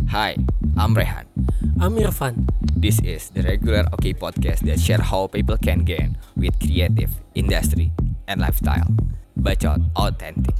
Hi, I'm Rehan. I'm Irfan. This is the regular OK podcast that share how people can gain with creative, industry, and lifestyle. Bacot authentic.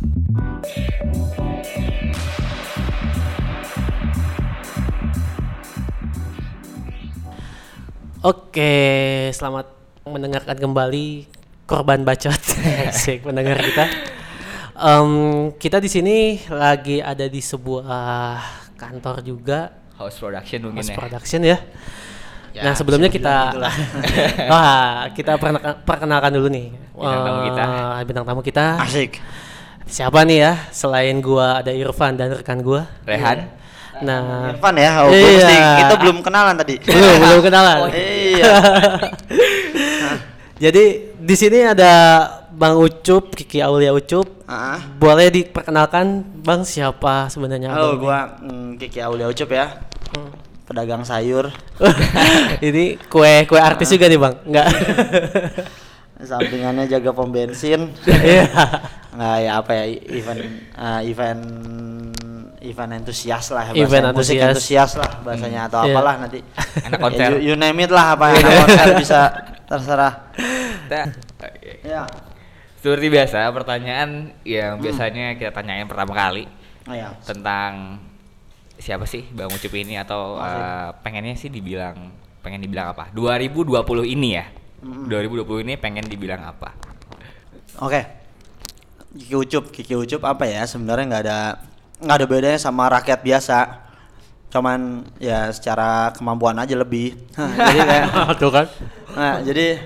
Oke, selamat mendengarkan kembali korban bacot, asik pendengar kita. Kita di sini lagi ada di sebuah kantor juga, House production mungkin house ya. production ya. Nah sebelumnya kita, kita perkenalkan dulu nih Bintang tamu kita. Asik. Siapa nih ya? Selain gua ada Irfan dan rekan gua Rehan. Nah, Irfan ya, iya. kita belum kenalan tadi. belum kenalan. Iya. Jadi di sini ada Bang Ucup, Kiki Aulia Ucup. Boleh diperkenalkan Bang siapa sebenarnya? Halo, gua Kiki Aulia Ucup ya. Pedagang sayur. Ini kue artis juga nih Bang? Enggak. Sampingannya jaga pom bensin. Iya. Nggak ya apa ya event antusias lah ya, Event musik antusias. antusias lah bahasanya atau Iya. apalah nanti. Anak konser. You name it lah apa yang anak konser bisa terserah. Ya. Seperti biasa, pertanyaan yang biasanya kita tanyain pertama kali Ya. tentang siapa sih Bang Ucup ini atau pengen dibilang apa? 2020 ini ya. 2020 ini pengen dibilang apa? Oke. Kiki Ucup apa ya? Sebenarnya nggak ada bedanya sama rakyat biasa. Cuman ya secara kemampuan aja lebih. Jadi kayak Tuh kan. nah, jadi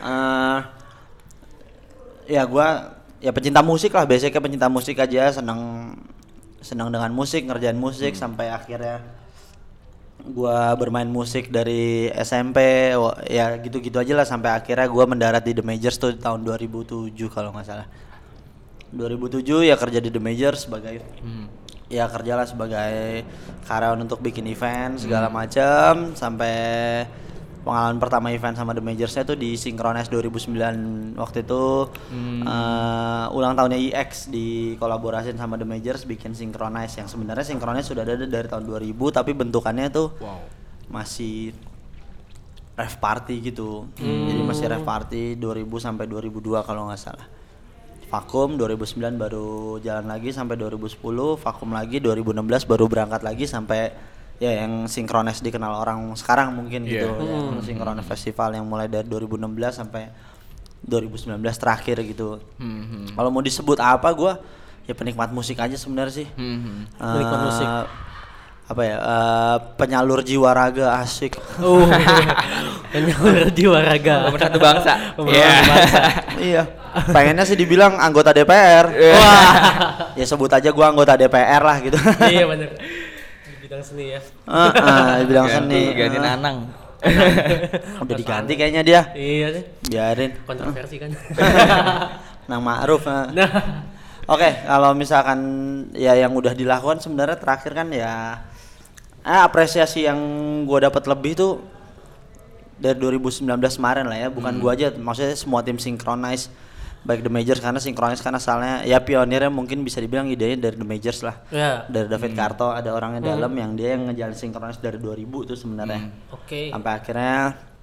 ya gua ya pecinta musik lah, basicnya pecinta musik aja, senang dengan musik, ngerjain musik sampai akhirnya gua bermain musik dari SMP, ya gitu-gitu aja lah sampai akhirnya gua mendarat di The Majors tuh tahun 2007 kalau nggak salah. 2007 ya kerja di The Majors sebagai ya kerjalah sebagai karyawan untuk bikin event segala macam sampai pengalaman pertama event sama The Majors-nya tuh di Synchronize 2009 waktu itu ulang tahunnya EX dikolaborasiin sama The Majors bikin Synchronize yang sebenarnya Synchronize sudah ada dari tahun 2000 tapi bentukannya tuh masih rave party gitu. Jadi masih rave party 2000 sampai 2002 kalau nggak salah. Vakum 2009 baru jalan lagi sampai 2010, vakum lagi 2016 baru berangkat lagi sampai ya yang Synchronize dikenal orang sekarang mungkin gitu. Yang Synchronize Festival yang mulai dari 2016 sampai 2019 terakhir gitu. Kalau mau disebut apa gua ya penikmat musik aja sebenarnya sih. Penikmat musik. Apa ya? Penyalur jiwa raga asik. Penyalur jiwa raga. Pemersatu bangsa. Iya. Pengennya sih dibilang anggota DPR. Wah. Ya sebut aja gua anggota DPR lah gitu. Iya bener. Di bidang seni ya. Di bidang seni. Ganti Nanang. Udah diganti kayaknya dia. Iya sih. Biarin. Kontroversi kan. Nang Ma'ruf. Nah. Oke, kalau misalkan ya yang udah dilakukan sebenarnya terakhir kan ya apresiasi yang gua dapat lebih tuh dari 2019 kemarin lah ya, bukan gua aja, maksudnya semua tim Synchronize baik The Majors karena Synchronize kan asalnya ya pionirnya mungkin bisa dibilang idenya dari The Majors lah. Ya. Dari David Karto ada orangnya dalam yang dia yang ngejalan Synchronize dari 2000 tuh sebenarnya. Oke. Sampai akhirnya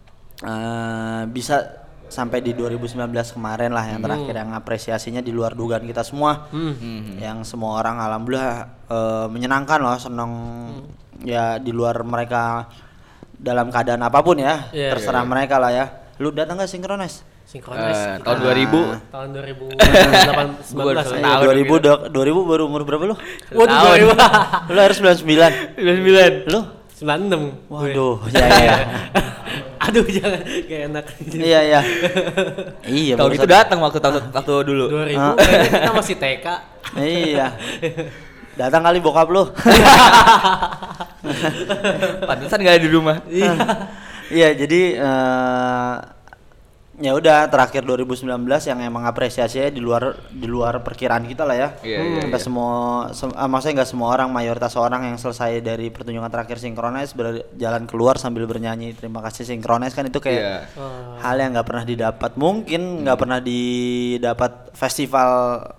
bisa sampai di 2019 kemarin lah yang terakhir yang apresiasinya di luar dugaan kita semua. Yang semua orang alhamdulillah menyenangkan loh, seneng ya di luar mereka dalam keadaan apapun ya, terserah mereka lah ya. Lu datang nggak Synchronize? Synchronize Tahun 2000. tahun 2019 Iya, 2000 baru umur berapa lu? Waduh, 2000. Lu harus 99. 99. Lu? 96. Waduh, ya. Aduh, jangan kayak enak. Iya. Iya, Tahun itu datang waktu dulu. 2000 kayaknya kita masih TK. Iya. Datang kali bokap lu. Pantesan enggak ada di rumah. Iya, jadi ya udah terakhir 2019 yang emang apresiasinya di luar perkiraan kita lah ya. Sampai maksudnya nggak semua orang, mayoritas orang yang selesai dari pertunjukan terakhir Synchronize berjalan keluar sambil bernyanyi terima kasih Synchronize kan itu kayak hal yang nggak pernah didapat, mungkin nggak pernah didapat festival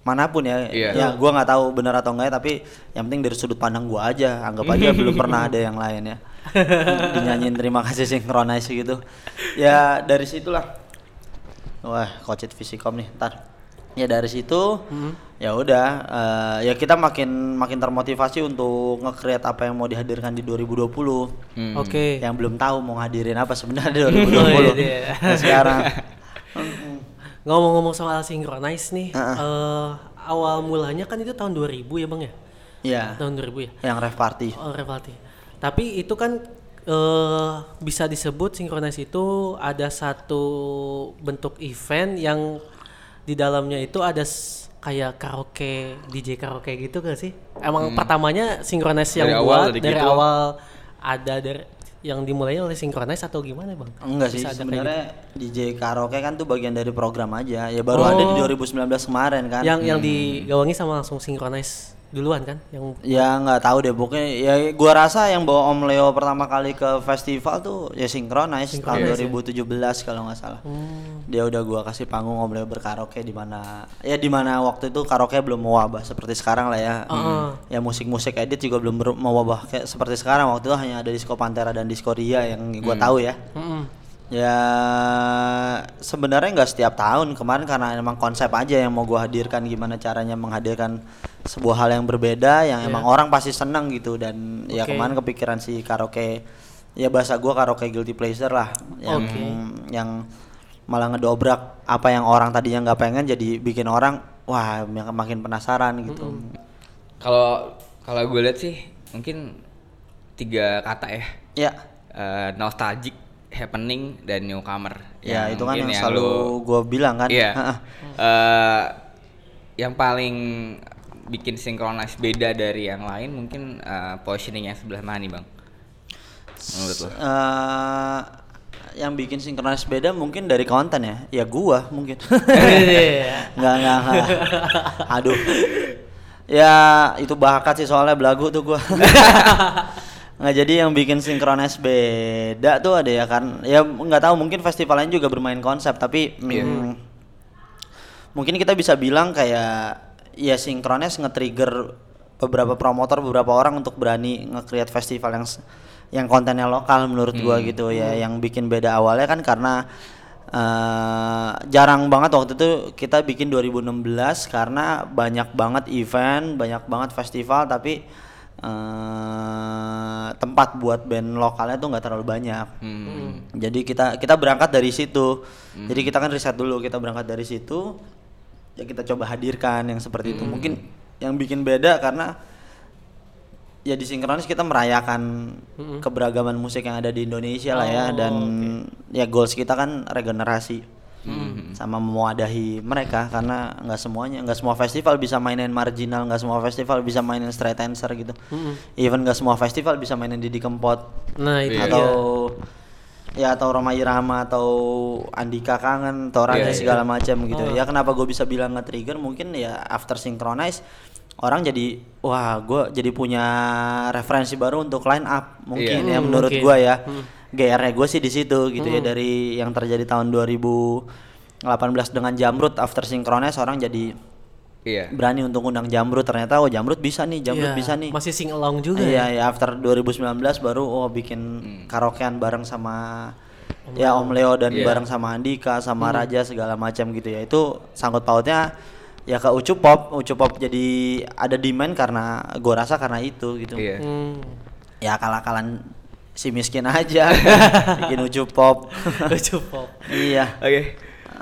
manapun ya. Iya. Ya gua nggak tahu benar atau enggak ya, tapi yang penting dari sudut pandang gua aja. Anggap aja belum pernah ada yang lain ya. Dinyanyiin terima kasih Synchronize gitu. Ya dari situlah. Wah, Coach It Visikom nih, ntar. Ya dari situ ya udah ya kita makin termotivasi untuk nge-create apa yang mau dihadirkan di 2020. Oke. Yang belum tahu mau ngadirin apa sebenarnya di 2020. Nah, sekarang Ngomong-ngomong soal Synchronize nih, awal mulanya kan itu tahun 2000 ya Bang ya? ya Tahun 2000 ya? yang rave party. Oh, Rave Party. Tapi itu kan bisa disebut Synchronize itu ada satu bentuk event yang di dalamnya itu ada kayak karaoke, DJ karaoke gitu gak sih? Emang pertamanya Synchronize yang Dari buat awal dari gitu. awal ada dari yang dimulai oleh Synchronize atau gimana Bang? Enggak sih, Bisa ada kayak sebenarnya DJ karaoke kan tuh bagian dari program aja. Ya baru Oh. ada di 2019 kemarin kan. yang digawangi sama langsung Synchronize duluan kan? Yang Ya nggak tahu deh, pokoknya ya gua rasa yang bawa Om Leo pertama kali ke festival tuh ya Synchronize tahun 2017 kalau nggak salah. Dia udah gua kasih panggung Om Leo berkaraoke di mana waktu itu karaoke belum mewabah seperti sekarang lah ya. Ya musik-musik edit juga belum mewabah kayak seperti sekarang. Waktu itu hanya ada Disco Pantera dan Disco Ria yang gua tahu ya. Ya sebenarnya nggak setiap tahun, kemarin karena emang konsep aja yang mau gua hadirkan, gimana caranya menghadirkan sebuah hal yang berbeda yang emang orang pasti senang gitu. Dan ya Oke. kemarin kepikiran si karaoke, ya bahasa gua karaoke guilty pleasure lah, yang malah ngedobrak apa yang orang tadinya nggak pengen jadi bikin orang wah makin penasaran gitu. Kalau gue lihat sih mungkin 3 kata ya. Ya Nostalgic, happening, dan newcomer. ya itu kan mungkin yang selalu gua bilang kan. Iya. Heeh. Yang paling bikin Synchronize beda dari yang lain mungkin positioning yang sebelah mana nih Bang? Menurut lo? Yang bikin Synchronize beda mungkin dari konten ya. Ya gua mungkin. Iya. Enggak. Aduh. Ya itu bakat sih soalnya belagu tuh gua. Nggak, jadi yang bikin Synchronize beda tuh ada ya kan. Ya nggak tahu, mungkin festival lain juga bermain konsep tapi mungkin kita bisa bilang kayak ya Synchronize nge-trigger beberapa promotor, beberapa orang untuk berani nge-create festival yang kontennya lokal menurut gua gitu ya. Yang bikin beda awalnya kan karena jarang banget waktu itu kita bikin 2016 karena banyak banget event, banyak banget festival tapi tempat buat band lokalnya tuh nggak terlalu banyak. Jadi kita berangkat dari situ. Jadi kita kan riset dulu, kita berangkat dari situ. Ya kita coba hadirkan yang seperti itu. Mungkin yang bikin beda karena ya di Synchronize kita merayakan keberagaman musik yang ada di Indonesia lah ya, dan ya goals kita kan regenerasi. Sama mewadahi mereka karena nggak semua festival bisa mainin marginal, nggak semua festival bisa mainin straight answer gitu. Even nggak semua festival bisa mainin Didi Kempot. Nah itu Atau ya atau Roma Irama atau Andika Kangen atau Raja segala macam gitu. Ya kenapa gue bisa bilang nge-trigger mungkin ya after Synchronize orang jadi wah gue jadi punya referensi baru untuk line up mungkin ya menurut gue ya. GR-nya gue sih di situ gitu ya, dari yang terjadi tahun 2018 dengan Jamrut after Synchronize orang jadi berani untuk undang Jamrut, ternyata Jamrut bisa nih, bisa nih. Masih sing along juga. Ya after 2019 baru bikin karaokean bareng sama Om Leo dan bareng sama Andika sama Raja segala macam gitu ya. Itu sangkut pautnya ya ke Ucup Pop jadi ada demand karena gue rasa karena itu gitu. Ya akal-akalan si miskin aja bikin Ucup Pop. Ucup Pop. Iya. Oke.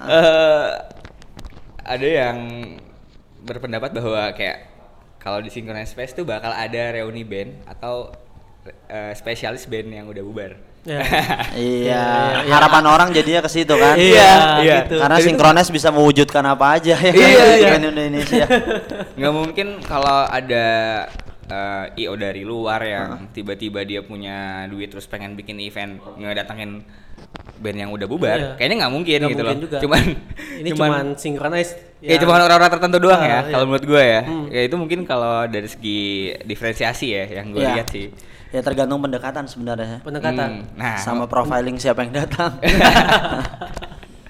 Ada yang berpendapat bahwa kayak kalau di Synchronize Fest tuh bakal ada reuni band atau spesialis band yang udah bubar. Iya, harapan orang jadinya ke situ kan. Iya. Karena Synchronize bisa mewujudkan apa aja ya. Di Indonesia. Nggak mungkin kalau ada IO dari luar yang tiba-tiba dia punya duit terus pengen bikin event ngedatangin band yang udah bubar. Kayaknya nggak mungkin gitu loh. Juga. Cuman Synchronize. Ya cuma orang-orang tertentu doang ya. Kalau menurut gue ya. Ya itu mungkin kalau dari segi diferensiasi ya yang gue lihat sih. Ya tergantung pendekatan sebenarnya. Pendekatan. Sama profiling siapa yang datang.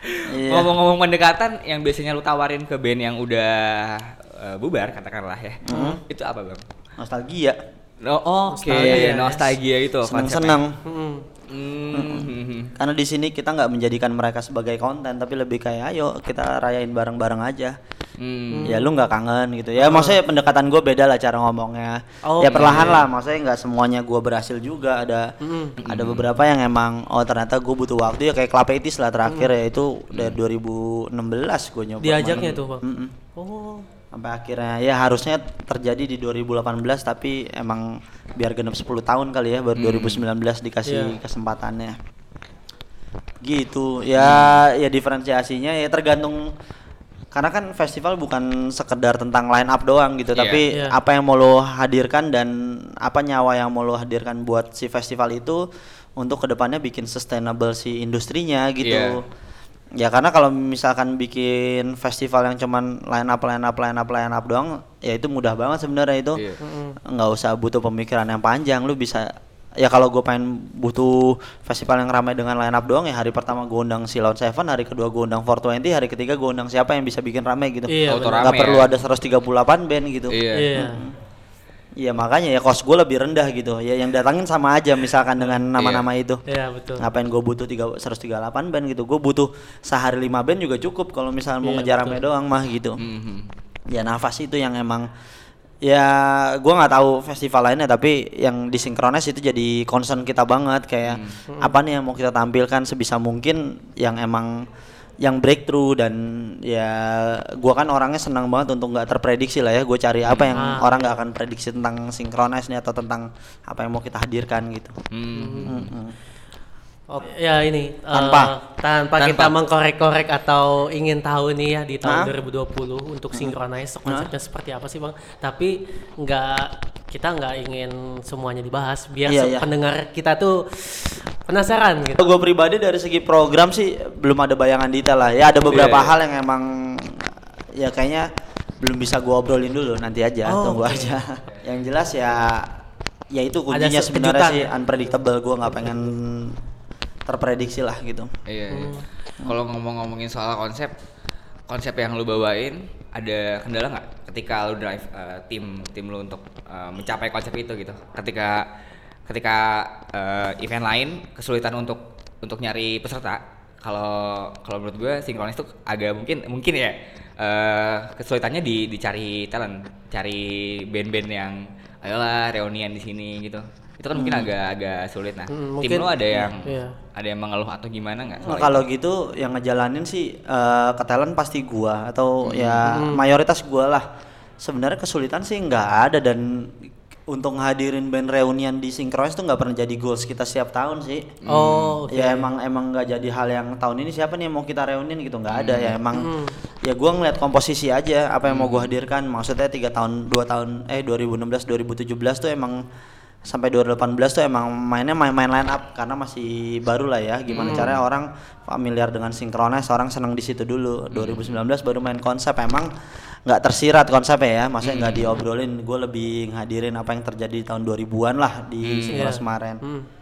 Ngomong-ngomong pendekatan, yang biasanya lu tawarin ke band yang udah bubar katakanlah ya. Itu apa bang? Nostalgia. Nostalgia itu. Seneng-seneng. Karena di sini kita nggak menjadikan mereka sebagai konten, tapi lebih kayak ayo kita rayain bareng-bareng aja. Ya lu nggak kangen gitu ya. Maksudnya pendekatan gue beda lah cara ngomongnya. Ya perlahan lah. Maksudnya nggak semuanya gue berhasil juga. Ada beberapa yang emang ternyata gue butuh waktu ya, kayak Klapetis lah terakhir ya, itu dari 2016 gue nyoba. Diajaknya tuh bang. Sampai akhirnya ya harusnya terjadi di 2018, tapi emang biar genap 10 tahun kali ya, baru 2019 dikasih kesempatannya. Gitu. Ya diferensiasinya ya tergantung, karena kan festival bukan sekedar tentang line up doang gitu, tapi apa yang mau lo hadirkan dan apa nyawa yang mau lo hadirkan buat si festival itu untuk kedepannya bikin sustainable si industrinya gitu. Ya karena kalau misalkan bikin festival yang cuman line up doang, ya itu mudah banget sebenarnya itu. Nggak usah butuh pemikiran yang panjang, lu bisa ya kalau gue pengen butuh festival yang ramai dengan line up doang, ya hari pertama gue undang Silon Seven, hari kedua gue undang 420, hari ketiga gue undang siapa yang bisa bikin ramai gitu. Nggak perlu ada 138 band gitu. Iya makanya ya cost gue lebih rendah gitu ya, yang datangin sama aja misalkan dengan nama-nama itu. Iya betul. Ngapain gue butuh 138 band gitu, gue butuh sehari 5 band juga cukup kalau misalnya mau ngejar rame doang mah gitu. Ya nafas itu yang emang ya gue nggak tahu festival lainnya, tapi yang disinkronis itu jadi concern kita banget, kayak apa nih yang mau kita tampilkan sebisa mungkin yang emang yang breakthrough. Dan ya gua kan orangnya senang banget untuk nggak terprediksi lah ya, gue cari apa yang orang nggak akan prediksi tentang Synchronize nih, atau tentang apa yang mau kita hadirkan gitu. Ya ini tanpa kita mengkorek-korek atau ingin tahu nih ya di tahun 2020 untuk Synchronize konsepnya seperti apa sih bang, tapi kita nggak ingin semuanya dibahas biar pendengar kita tuh penasaran gitu. Gue pribadi dari segi program sih belum ada bayangan detail lah ya, ada beberapa hal yang emang ya kayaknya belum bisa gue obrolin dulu, nanti aja tunggu aja. Yang jelas ya itu kuncinya sebenarnya sih unpredictable, gue nggak pengen terprediksi lah gitu. Kalau ngomongin soal konsep yang lu bawain, ada kendala nggak ketika lu drive tim lu untuk mencapai konsep itu gitu? Ketika event lain kesulitan untuk nyari peserta, kalau menurut gue Synchronize tuh agak mungkin ya kesulitannya dicari talent, cari band-band yang ayolah reunian di sini gitu. Itu kan mungkin agak sulit. Nah, tim lu ada yang mengeluh atau gimana nggak? Kalau gitu yang ngejalanin sih ke talent pasti gua, atau ya mayoritas gua lah. Sebenarnya kesulitan sih nggak ada, dan untuk ngadirin band reunian di Synchronize tuh nggak pernah jadi goals kita setiap tahun sih. Ya emang nggak jadi hal yang tahun ini siapa nih yang mau kita reunian gitu, nggak ada ya. Emang ya gua ngeliat komposisi aja apa yang mau gua hadirkan. Maksudnya 2016 2017 tuh emang sampai 2018 tuh emang main line up karena masih baru lah ya, gimana caranya orang familiar dengan Synchronize, orang senang di situ dulu. 2019 baru main konsep, emang nggak tersirat konsepnya ya, maksudnya nggak diobrolin. Gue lebih ngadirin apa yang terjadi di tahun 2000-an lah di Synchronize kemarin.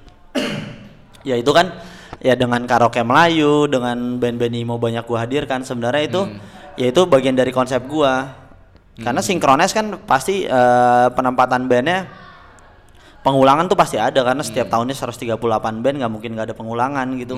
Ya itu kan ya dengan karaoke Melayu, dengan band-band emo banyak gue hadirkan. Sebenarnya itu ya itu bagian dari konsep gue, karena Synchronize kan pasti penempatan bandnya pengulangan tuh pasti ada, karena setiap tahunnya 138 band, nggak mungkin nggak ada pengulangan gitu.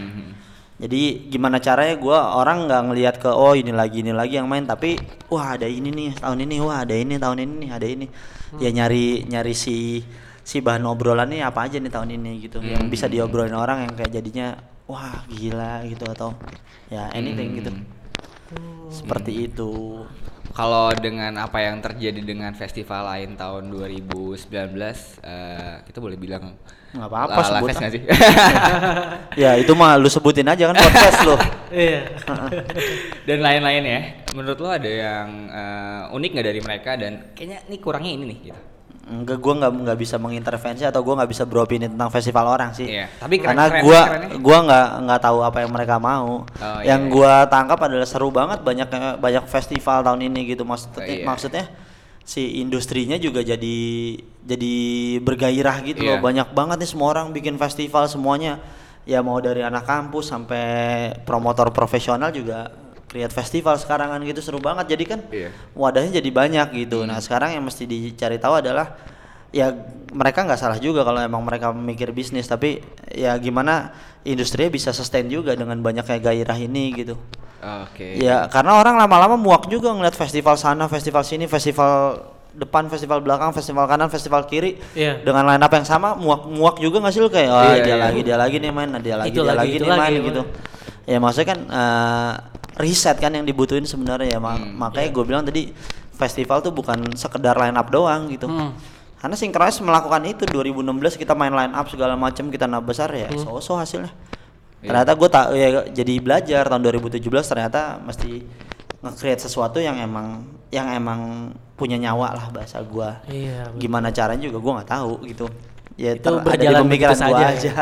Jadi gimana caranya gue orang nggak ngelihat ke ini lagi yang main, tapi wah ada ini nih tahun ini, wah ada ini tahun ini, ada ini. Ya nyari si bahan obrolan nih apa aja nih tahun ini gitu, yang bisa diobrolin orang yang kayak jadinya wah gila gitu, atau ya anything gitu. Seperti itu. Kalau dengan apa yang terjadi dengan festival lain tahun 2019, kita boleh bilang nggak apa-apa sebut nggak sih? Ya itu mah lu sebutin aja kan podcast lo. Iya. Dan lain-lain ya. Menurut lo ada yang unik nggak dari mereka, dan kayaknya ini kurangnya ini nih gitu? Enggak, gue nggak bisa mengintervensi atau gue nggak bisa beropini tentang festival orang sih. Tapi karena gue nggak tahu apa yang mereka mau. Yang gue tangkap adalah seru banget, banyak festival tahun ini gitu. Maksudnya si industrinya juga jadi bergairah gitu loh. Banyak banget nih semua orang bikin festival semuanya. ya mau dari anak kampus sampai promotor profesional juga create festival sekarang kan gitu, seru banget. Jadi kan wadahnya jadi banyak gitu. Nah sekarang yang mesti dicari tahu adalah ya mereka nggak salah juga kalau emang mereka mikir bisnis, tapi ya gimana industrinya bisa sustain juga dengan banyaknya gairah ini gitu. Ya karena orang lama-lama muak juga ngeliat festival sana, festival sini, festival depan, festival belakang, festival kanan, festival kiri dengan line up yang sama, muak juga nggak sih lu kayak dia lagi nih main, dia lagi nih main gitu. Ya maksudnya kan riset kan yang dibutuhin sebenarnya ya, makanya gue bilang tadi festival tuh bukan sekedar line up doang gitu. Karena Synchronize melakukan itu 2016 kita main line up segala macam, kita nambah besar ya, so hasilnya. Ternyata gue jadi belajar tahun 2017 ternyata mesti nge-create sesuatu yang emang punya nyawa lah bahasa gue. Gimana caranya juga gue nggak tahu gitu. Ya itu ada di pemikiran gue aja.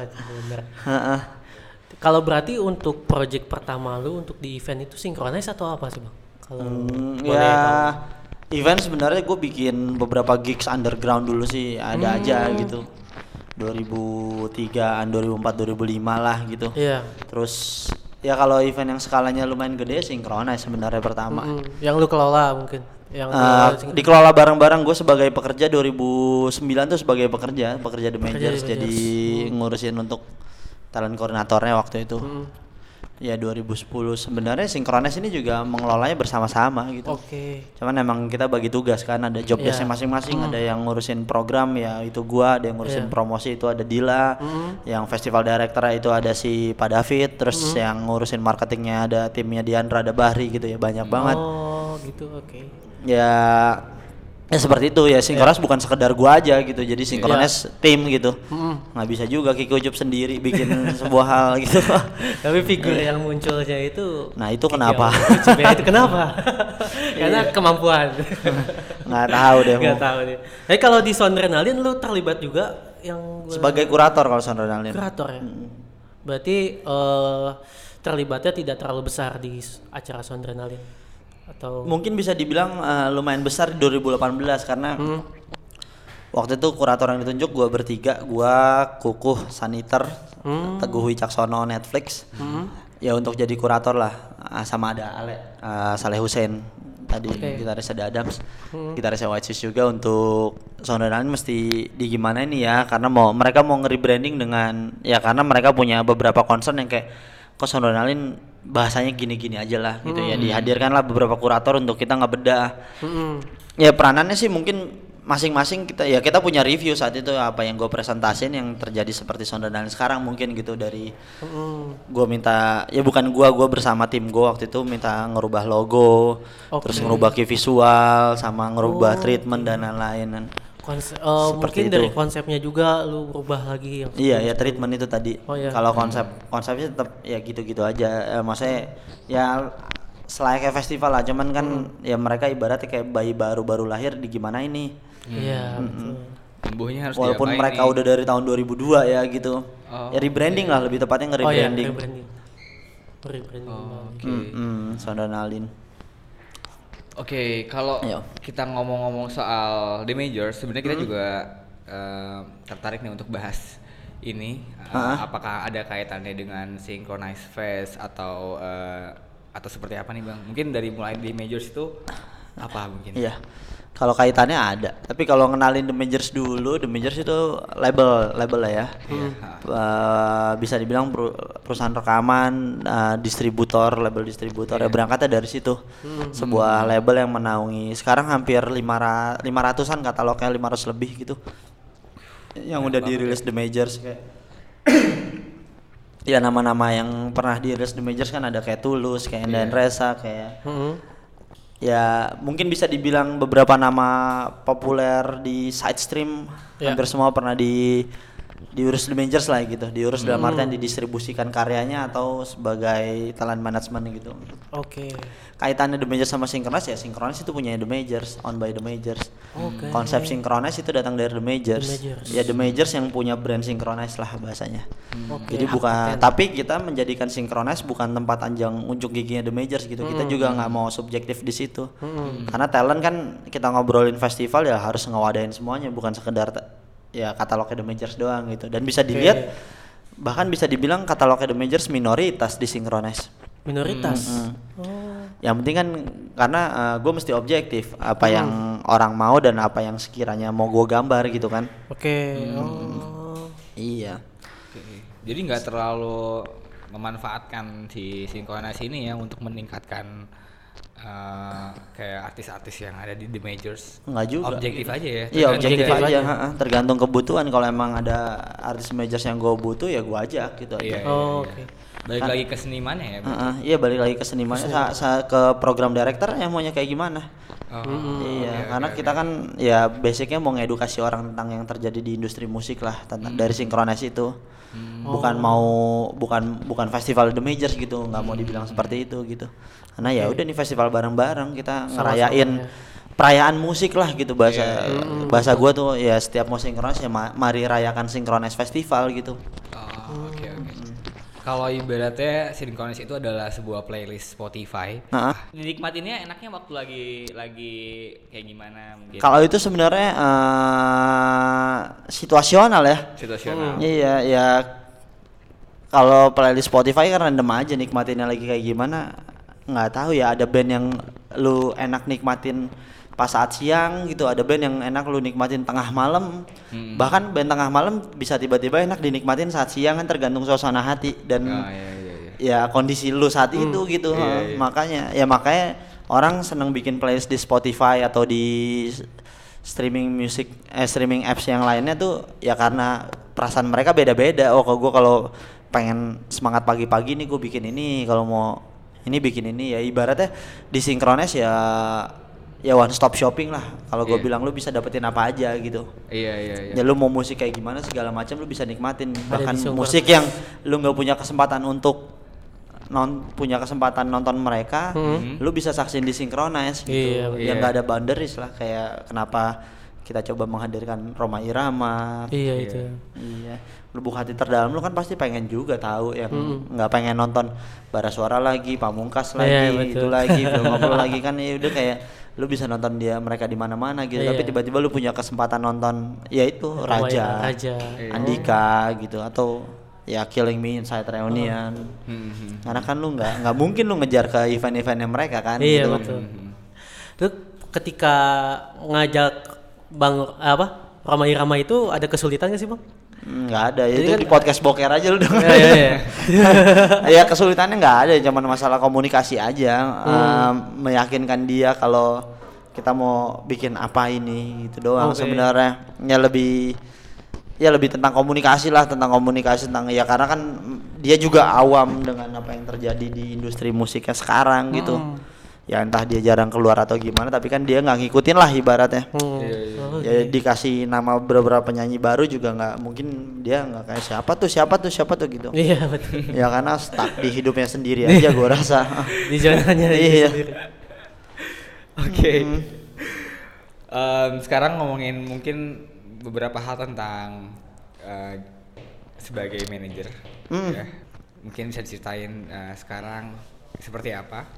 Kalau berarti untuk project pertama lu untuk di event itu Synchronize atau apa sih bang? Kalau event sebenarnya gue bikin beberapa gigs underground dulu sih, ada aja gitu. 2003, 2004, 2005 lah gitu. Terus ya kalau event yang skalanya lumayan gede Synchronize sebenarnya pertama. Yang lu kelola mungkin? Dikelola bareng-bareng, gue sebagai pekerja 2009 tuh sebagai pekerja The Majors, jadi ngurusin untuk talent koordinatornya waktu itu. Ya 2010 sebenarnya Synchronize ini juga mengelolanya bersama-sama gitu. Cuman emang kita bagi tugas kan, ada job desknya masing-masing. Ada yang ngurusin program ya itu gua, ada yang ngurusin promosi itu ada Dila, yang festival director itu ada si Pak David, terus yang ngurusin marketingnya ada timnya Diandra, ada Bahri gitu ya, banyak banget. Ya seperti itu ya, Synchronize bukan sekedar gua aja gitu, jadi Synchronize tim gitu. Nggak bisa juga Kiko Ucup sendiri bikin sebuah hal gitu. Tapi figur yang munculnya itu, nah itu kenapa? Itu kenapa? Karena kemampuan. Nggak tahu deh. Tapi kalau di Soundrenalin lu terlibat juga yang sebagai kurator kalau Soundrenalin. Kurator ya. Berarti terlibatnya tidak terlalu besar di acara Soundrenalin. Atau mungkin bisa dibilang lumayan besar di 2018 karena waktu itu kurator yang ditunjuk gua bertiga, gua Kukuh Saniter, Teguh Wicaksono Netflix. Ya untuk jadi kurator lah, sama ada Saleh Hussein tadi, gitaris ada Adams, gitaris White Shoes juga. Untuk Soundrenalin mesti di gimana ini ya, karena mereka mau nge-rebranding dengan ya, karena mereka punya beberapa concern yang kayak kok Soundrenalin bahasanya gini-gini aja lah gitu ya, dihadirkanlah beberapa kurator untuk kita ngebedah. Ya peranannya sih mungkin masing-masing kita punya review saat itu apa yang gue presentasin yang terjadi seperti Soundrenalin sekarang mungkin gitu. Dari gue minta ya bukan gue bersama tim gue waktu itu minta ngerubah logo, terus ngerubah key visual sama ngerubah treatment dan lain-lain. Mungkin dari konsepnya juga lu rubah lagi yang ya treatment itu tadi. Kalau konsepnya tetap ya gitu-gitu aja, maksudnya ya selayaknya festival lah, cuman kan ya mereka ibaratnya kayak bayi baru lahir di gimana ini. Tumbuhnya harus walaupun mereka udah dari tahun 2002 ya gitu. Ya rebranding lah, lebih tepatnya nge-rebranding. Soundrenalin. Kalau kita ngomong-ngomong soal The Majors, sebenarnya kita juga tertarik nih untuk bahas ini. Apakah ada kaitannya dengan Synchronize Fest atau seperti apa nih bang? Mungkin dari mulai The Majors itu apa mungkin? Iya. Kalau kaitannya ada, tapi kalau ngenalin The Majors dulu, The Majors itu label lah ya. Bisa dibilang perusahaan rekaman, label distributor ya, berangkatnya dari situ. Sebuah label yang menaungi sekarang hampir 500-an katalognya, 500 lebih gitu. Yang udah dirilis The Majors kayak ya nama-nama yang pernah dirilis The Majors kan ada kayak Tulus, kayak Endan Reza, kayak ya mungkin bisa dibilang beberapa nama populer di side stream, hampir semua pernah diurus The Majors lah gitu, diurus dalam artian didistribusikan karyanya atau sebagai talent management gitu. Kaitannya The Majors sama Synchronize ya, Synchronize itu punya The Majors, owned by The Majors. Konsep Synchronize itu datang dari The Majors. Ya The Majors yang punya brand Synchronize lah bahasanya. Jadi bukan, tapi kita menjadikan Synchronize bukan tempat anjang unjuk giginya The Majors gitu. Kita juga nggak mau subjektif di situ. Karena talent kan kita ngobrolin festival ya harus ngewadain semuanya, bukan sekedar ya katalognya The Majors doang gitu. Dan bisa dilihat bahkan bisa dibilang katalognya The Majors minoritas di Synchronize. Minoritas. Yang penting kan karena gue mesti objektif apa yang orang mau dan apa yang sekiranya mau gue gambar gitu kan. Oke. Iya. Jadi nggak terlalu memanfaatkan si Synchronize ini ya untuk meningkatkan kayak artis-artis yang ada di The Majors. Enggak juga. Objektif aja ya. Iya objektif Objektif aja. aja. Tergantung kebutuhan. Kalau emang ada artis majors yang gue butuh ya gue ajak gitu aja. Iya. Oke. Balik lagi ke senimannya ya. Iya balik lagi ke senimannya ke program director yang maunya kayak gimana. Iya, karena kita kan ya basicnya mau ngedukasi orang tentang yang terjadi di industri musik lah tentang dari Synchronize itu. Bukan festival The Majors gitu, nggak mau dibilang seperti itu gitu. Karena ya udah nih festival bareng-bareng kita ngerayain perayaan musik lah gitu bahasa gua tuh ya setiap mau Synchronize ya mari rayakan Synchronize Festival gitu. Oke. Kalau ibaratnya Synchronize itu adalah sebuah playlist Spotify. Dinikmatinnya enaknya waktu lagi kayak gimana mungkin. Kalau itu sebenarnya situasional ya. Situasional. Iya ya. Kalau playlist Spotify kan random aja nikmatinnya lagi kayak gimana. Nggak tahu ya, ada band yang lu enak nikmatin pas saat siang gitu, ada band yang enak lu nikmatin tengah malam. Bahkan band tengah malam bisa tiba-tiba enak dinikmatin saat siang kan, tergantung suasana hati dan ya kondisi lu saat itu gitu. Makanya orang seneng bikin playlist di Spotify atau di streaming apps yang lainnya tuh ya karena perasaan mereka beda-beda. Kalau pengen semangat pagi-pagi nih gue bikin ini, kalau mau ini bikin ini, ya ibaratnya di Synchronize ya one stop shopping lah. Kalau gue bilang lu bisa dapetin apa aja gitu. Iya. Ya lu mau musik kayak gimana segala macam lu bisa nikmatin. Bahkan musik yang lu nggak punya kesempatan untuk nonton mereka, lu bisa saksin di Synchronize gitu. Iya, Yang nggak ada boundaries lah, kayak kenapa kita coba menghadirkan Rhoma Irama. Iya. Lubuk hati terdalam lu kan pasti pengen juga tahu yang nggak pengen nonton Bara Suara lagi, Pamungkas lagi, itu lagi, Film Ngobrol lagi kan, ya udah kayak lu bisa nonton mereka di mana-mana gitu. Tapi tiba-tiba lu punya kesempatan nonton ya itu Raja. Andika gitu, atau ya Killing Me Inside Reunion. Karena kan lu nggak mungkin lu ngejar ke event-eventnya mereka kan. Iya gitu. betul. Lu ketika ngajak Rhoma Irama itu ada kesulitan nggak sih bang? Nggak ada, ya itu kan di podcast boker aja lu dong. Ya kesulitannya nggak ada, cuma masalah komunikasi aja. Meyakinkan dia kalau kita mau bikin apa ini gitu doang sebenarnya. Ya lebih tentang komunikasi tentang ya karena kan dia juga awam dengan apa yang terjadi di industri musiknya sekarang gitu. Ya entah dia jarang keluar atau gimana, tapi kan dia nggak ngikutin lah ibaratnya. Ya dikasih nama beberapa penyanyi baru juga nggak mungkin, dia nggak kayak siapa tuh gitu. Iya betul. Ya karena stuck di hidupnya sendiri aja gua rasa. Di zonanya sendiri. Oke. Sekarang ngomongin mungkin beberapa hal tentang sebagai manajer. Ya. Mungkin bisa diceritain sekarang seperti apa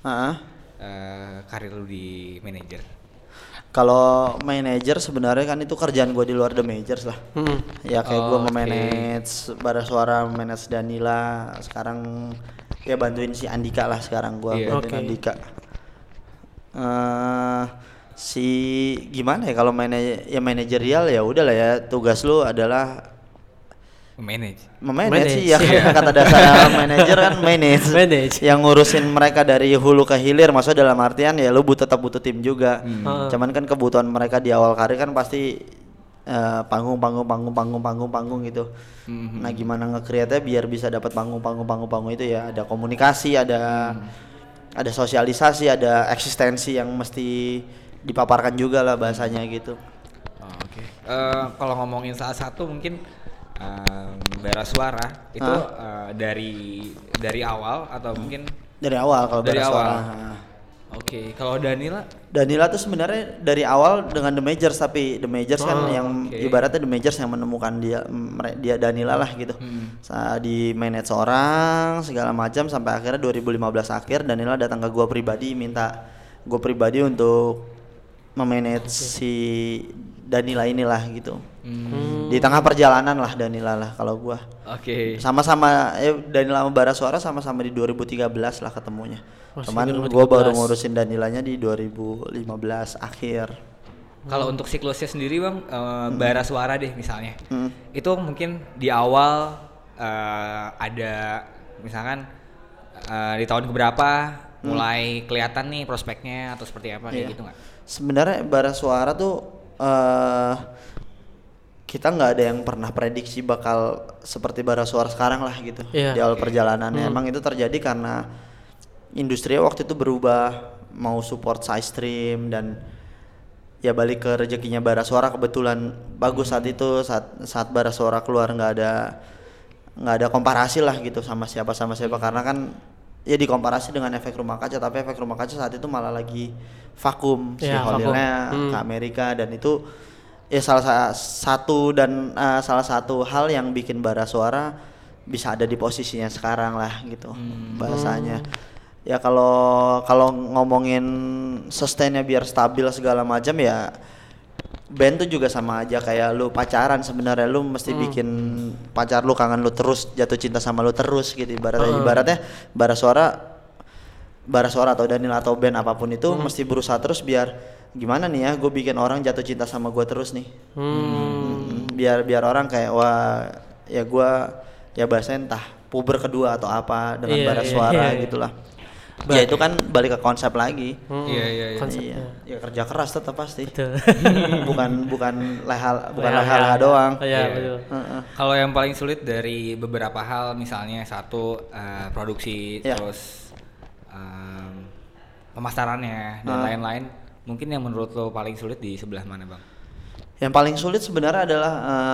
karir lu di manajer. Kalau manajer sebenarnya kan itu kerjaan gue di luar The Majors lah. Ya kayak gue memanage Bara Suara, memanage Danila, sekarang ya bantuin si Andika lah sekarang gue bantuin Andika. Gimana ya kalau manajerial ya udahlah ya, tugas lu adalah memanage sih ya, kata dasar manajer kan manage. Yang ngurusin mereka dari hulu ke hilir, maksudnya dalam artian ya lu tetap butuh tim juga. Cuman kan kebutuhan mereka di awal karir kan pasti panggung gitu. Nah gimana nge-create-nya biar bisa dapat panggung itu ya ada komunikasi, ada sosialisasi, ada eksistensi yang mesti dipaparkan juga lah bahasanya gitu. Kalau ngomongin salah satu mungkin Bara Suara itu dari awal atau mungkin dari awal kalau dari Bara awal. Suara. Oke, kalau Danila tuh sebenarnya dari awal dengan The Majors, tapi The Majors kan yang ibaratnya The Majors yang menemukan dia Danila lah gitu. Di manage orang segala macam sampai akhirnya 2015 akhir Danila datang ke gua pribadi, minta gua pribadi untuk memanage si Danila inilah gitu. Di tengah perjalanan lah Danila lah kalau gua. Oke. Sama-sama Danila sama Barasuara sama-sama di 2013 lah ketemunya. Masih Cuman 2013. gua baru ngurusin Danilanya di 2015 akhir. Kalau untuk siklusnya sendiri Bang, Barasuara deh misalnya. Itu mungkin di awal ada misalkan di tahun keberapa mulai kelihatan nih prospeknya atau seperti apa kayak gitu nggak? Sebenarnya Barasuara tuh kita nggak ada yang pernah prediksi bakal seperti Barasuara sekarang lah gitu di awal perjalanannya. Emang itu terjadi karena industri waktu itu berubah, mau support side stream dan ya balik ke rezekinya Barasuara kebetulan bagus saat itu saat Barasuara keluar nggak ada komparasi lah gitu sama siapa karena kan ya dikomparasi dengan Efek Rumah Kaca, tapi Efek Rumah Kaca saat itu malah lagi vakum si Holilnya ke Amerika, dan itu ya salah satu hal yang bikin Barasuara bisa ada di posisinya sekarang lah gitu bahasanya. Ya kalau ngomongin sustainnya biar stabil segala macam ya band tuh juga sama aja kayak lu pacaran sebenarnya, lu mesti bikin pacar lu kangen lu terus, jatuh cinta sama lu terus gitu ibaratnya Barasuara atau Danila atau band apapun itu mesti berusaha terus biar gimana nih ya gue bikin orang jatuh cinta sama gue terus nih. Biar orang kayak wah ya gue ya bahasanya entah puber kedua atau apa dengan Barasuara gitulah. Ya itu kan balik ke konsep lagi. Iya. Ya kerja keras tetap pasti. Betul. bukan leha doang. Iya, betul. Kalau yang paling sulit dari beberapa hal misalnya satu produksi terus pemasarannya dan lain-lain, mungkin yang menurut lo paling sulit di sebelah mana Bang? Yang paling sulit sebenarnya adalah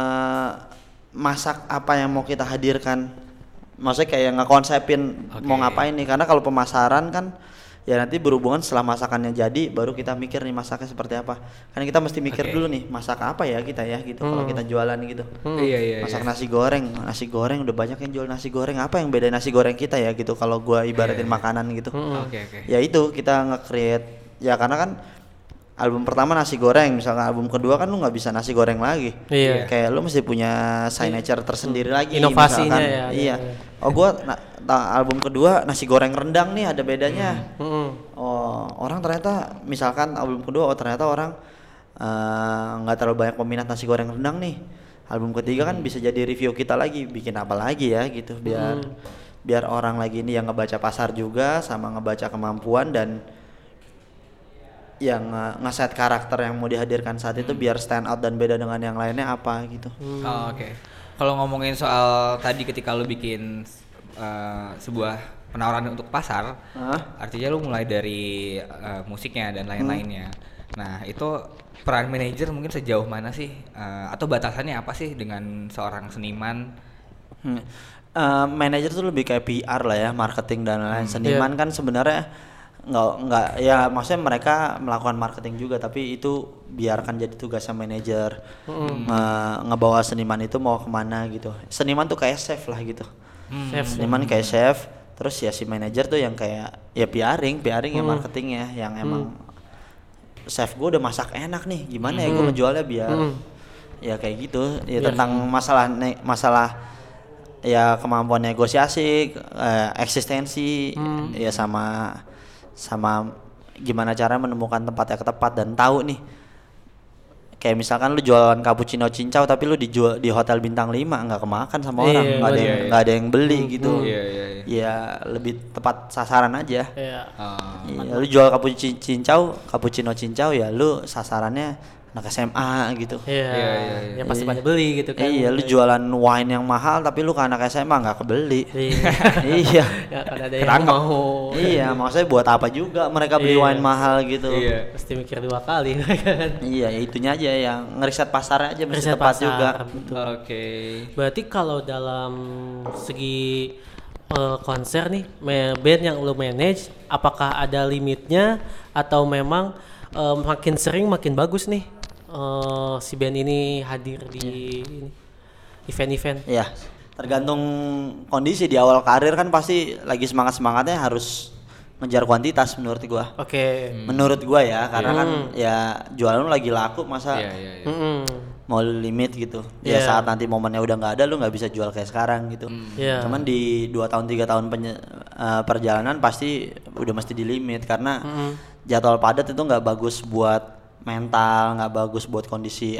masak apa yang mau kita hadirkan. Maksudnya kayak ngekonsepin mau ngapain nih, karena kalau pemasaran kan ya nanti berhubungan setelah masakannya jadi baru kita mikir nih masaknya seperti apa. Karena kita mesti mikir dulu nih masak apa ya kita ya gitu kalau kita jualan gitu. Masak nasi goreng udah banyak yang jual nasi goreng, apa yang beda nasi goreng kita ya gitu kalau gua ibaratin makanan gitu. Ya itu kita nge-create ya, karena kan album pertama nasi goreng, misalkan album kedua kan lu nggak bisa nasi goreng lagi. Kayak lu mesti punya signature tersendiri lagi. Inovasinya misalkan, iya. Oh gua album kedua nasi goreng rendang nih ada bedanya. Oh orang ternyata misalkan album kedua ternyata orang nggak terlalu banyak peminat nasi goreng rendang nih. Album ketiga kan bisa jadi review kita lagi, bikin apa lagi ya gitu biar orang lagi ini yang ngebaca pasar juga sama ngebaca kemampuan dan yang ngeset karakter yang mau dihadirkan saat itu biar stand out dan beda dengan yang lainnya apa gitu. Kalau ngomongin soal tadi ketika lu bikin sebuah penawaran untuk pasar, artinya lu mulai dari musiknya dan lain-lainnya. Nah itu peran manajer mungkin sejauh mana sih atau batasannya apa sih dengan seorang seniman? Manajer tuh lebih kayak PR lah ya, marketing dan lain-lain. Seniman kan sebenarnya nggak ya, maksudnya mereka melakukan marketing juga, tapi itu biarkan jadi tugasnya manajer. Ngebawa seniman itu mau kemana gitu. Seniman tuh kayak chef lah gitu. Seniman kayak chef, terus ya si manajer tuh yang kayak ya PR-ing ya marketingnya yang emang chef gue udah masak enak nih, gimana ya gue ngejualnya biar ya kayak gitu ya, tentang masalah ya kemampuan negosiasi, eksistensi, ya sama gimana cara menemukan tempat yang tepat dan tahu nih kayak misalkan lu jualan cappuccino cincau tapi lu dijual di hotel bintang 5 nggak kemakan sama orang, nggak ada yang beli gitu. Ya lebih tepat sasaran aja. Lu jual cappuccino cincau ya lu sasarannya anak SMA gitu. Ya pasti pada beli gitu kan. Iya, lu jualan wine yang mahal tapi lu ke anak SMA nggak kebeli. Iya. Karena ada yang mau. Iya, maksudnya buat apa juga mereka beli wine mahal gitu. Pasti mikir 2 kali. Iya, ya itunya aja yang ngeriset pasarnya aja mesti tepat juga. Oke. Berarti kalau dalam segi konser nih, band yang lu manage, apakah ada limitnya atau memang makin sering makin bagus nih si band ini hadir di event-event? Iya, tergantung kondisi. Di awal karir kan pasti lagi semangatnya harus ngejar kuantitas menurut gua. Menurut gua ya, karena kan ya jualan lu lagi laku masa limit gitu. Ya saat nanti momennya udah nggak ada, lu nggak bisa jual kayak sekarang gitu. Cuman di 2 tahun 3 tahun perjalanan pasti udah mesti di limit karena jadwal padat itu nggak bagus buat mental, nggak bagus buat kondisi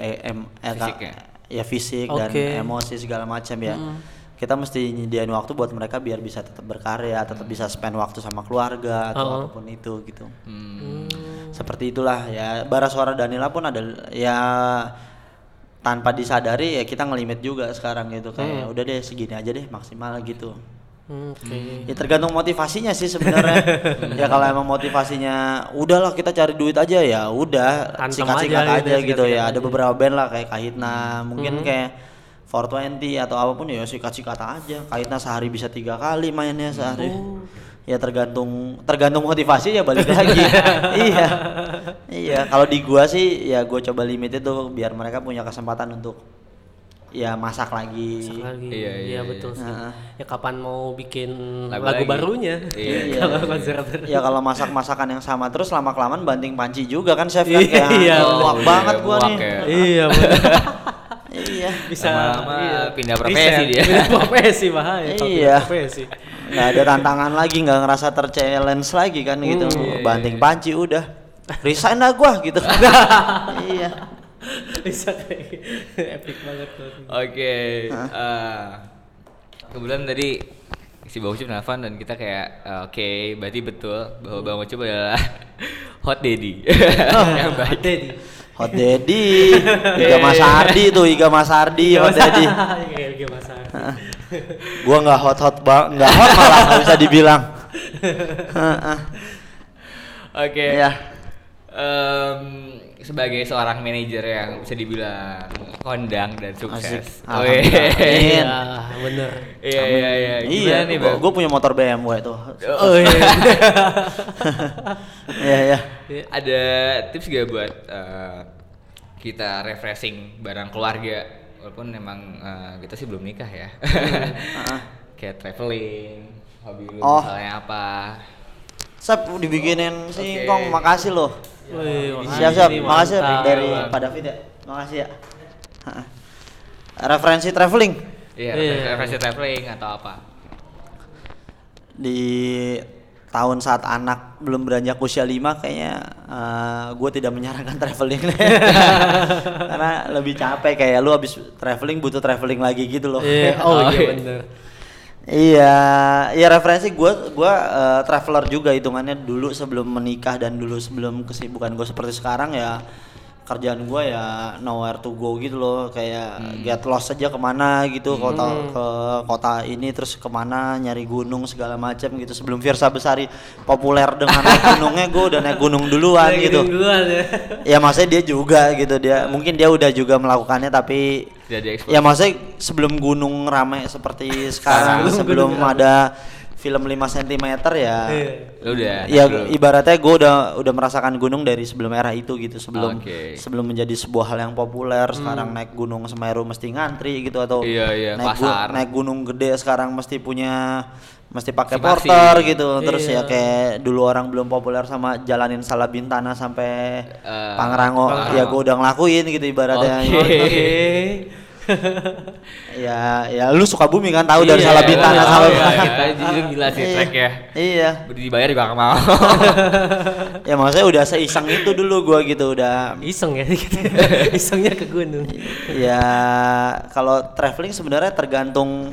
fisik dan emosi segala macam ya. Kita mesti nyediain waktu buat mereka biar bisa tetap berkarya, tetap bisa spend waktu sama keluarga atau apapun itu gitu. Seperti itulah ya. Bara Suara Danila pun ada ya, tanpa disadari ya kita ngelimit juga sekarang gitu, kayak udah deh segini aja deh maksimal gitu. Ya tergantung motivasinya sih sebenarnya. Ya kalau emang motivasinya udahlah kita cari duit aja ya udah sikat-sikat aja gitu ya. Ada beberapa band lah kayak Kahitna, mungkin kayak 420 atau apapun ya sikat-sikat aja. Kahitna sehari bisa 3 kali mainnya sehari. Ya tergantung motivasi ya balik lagi. Iya. Kalau di gua sih ya gua coba limit itu biar mereka punya kesempatan untuk ya masak lagi. Iya betul sih. Ya kapan mau bikin lagu barunya? Kalau konser. Ya kalau masak-masakan yang sama terus lama-kelamaan banting panci juga kan chef kan kayak muak banget gua nih. Iya benar. Iya. Bisa pindah profesi dia. Pindah profesi bahaya. Iya. Nggak ada tantangan lagi, nggak ngerasa ter-challenge lagi kan gitu. Banting panci udah. Resign lah gua gitu. Iya. Bisa kayak epic banget tuh. Oke. Kebetulan tadi si Bang Ucup nelfon dan kita kayak oke, berarti betul bahwa Bang Ucup adalah hot daddy. Yang baik. Hot daddy. Iga Mas Ardi tuh, Iga Mas Ardi hot daddy. Iga Mas Ardi. Gua nggak hot nggak hot malah nggak bisa dibilang. Oke. Ya. Sebagai seorang manajer yang bisa dibilang kondang dan sukses. Iya, bener. Iya. Iya nih, gue punya motor BMW tuh. Oh iya. Iya. Ada tips gak buat kita refreshing bareng keluarga, walaupun memang kita sih belum nikah ya. Kayak traveling, hobi lu misalnya apa? Sep, dibikinin singkong, makasih loh. Siap, makasih dari Pak David ya. Makasih ya. Referensi traveling. Iya, referensi traveling atau apa? Di tahun saat anak belum beranjak usia 5 kayaknya gue tidak menyarankan traveling. Karena lebih capek, kayak lu habis traveling butuh traveling lagi gitu loh. Iya bener. Iya referensi gue traveler juga hitungannya dulu sebelum menikah dan dulu sebelum kesibukan gue seperti sekarang ya. Kerjaan gue ya nowhere to go gitu loh, kayak get lost aja kemana gitu, ke kota ini terus kemana nyari gunung segala macam gitu. Sebelum Virsa Besari populer dengan naik gunungnya, gue udah naik gunung duluan gitu. Ya maksudnya dia juga gitu, mungkin dia udah juga melakukannya tapi ya maksudnya sebelum gunung ramai seperti sekarang, sebelum ada film 5 cm ya. Udah. Ya ibaratnya gue udah merasakan gunung dari sebelum era itu gitu, sebelum menjadi sebuah hal yang populer. Sekarang naik gunung Semeru mesti ngantri gitu, atau naik gunung gede sekarang mesti pakai porter gitu. Terus ya kayak dulu orang belum populer sama jalanin Salabintana sampai Pangrango. Ya gue udah ngelakuin gitu ibaratnya. Ya lu Sukabumi kan tahu dari Salabintana sampai kita itu gila sih trek ya. Iya. Dibayar juga gak mau. Ya maksudnya udah seiseng itu dulu gua gitu, udah iseng ya gitu. Isengnya ke gunung. Ya kalau traveling sebenarnya tergantung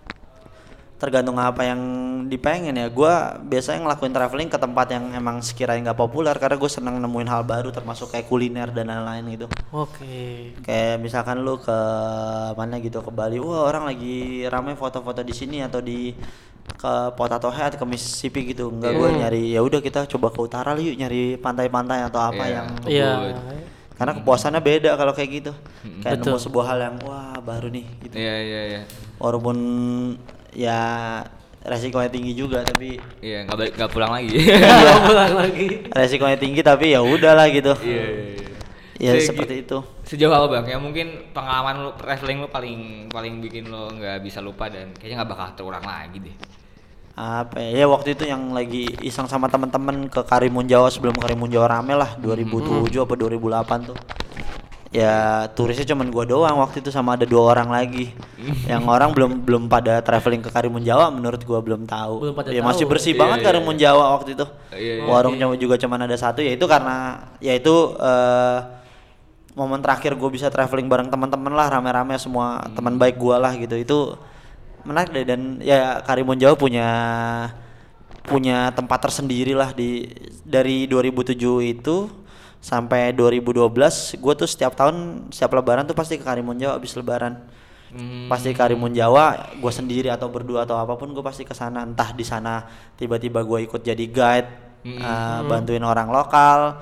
apa yang dipengen ya. Gua biasanya ngelakuin traveling ke tempat yang emang sekiranya nggak populer, karena gue seneng nemuin hal baru, termasuk kayak kuliner dan lain-lain gitu. Kayak misalkan lu ke mana gitu, ke Bali, wah orang lagi ramai foto-foto di sini, atau ke Potato Head, ke Mississippi gitu. Enggak, gue nyari ya udah kita coba ke utara yuk, nyari pantai-pantai atau apa yang karena kepuasannya beda kalau kayak gitu. Kayak nemu sebuah hal yang wah baru nih gitu. Iya. Walaupun ya resikonya tinggi juga, tapi nggak pulang lagi. Resikonya tinggi tapi ya udahlah gitu. Ya seperti itu. Sejauh apa Bang? Ya mungkin pengalaman lu traveling lu paling bikin lu nggak bisa lupa dan kayaknya nggak bakal terulang lagi deh. Apa ya, waktu itu yang lagi iseng sama teman-teman ke Karimun Jawa, sebelum Karimun Jawa rame lah 2007 apa 2008 tuh. ya turisnya cuman gua doang waktu itu sama ada 2 orang lagi. Yang orang belum pada traveling ke Karimun Jawa menurut gua belum tahu. Belum pada Ya tahu. masih bersih banget Karimun Jawa waktu itu. Warungnya juga cuman ada 1, ya itu karena ya itu momen terakhir gue bisa traveling bareng teman-teman lah, rame-rame semua teman baik gue lah gitu. Itu menarik deh, dan ya Karimun Jawa punya tempat tersendiri lah dari 2007 itu sampai 2012 gue tuh setiap tahun setiap lebaran tuh pasti ke Karimun Jawa abis lebaran. Pasti Karimun Jawa, gue sendiri atau berdua atau apapun gue pasti ke sana. Entah di sana tiba-tiba gue ikut jadi guide, bantuin orang lokal,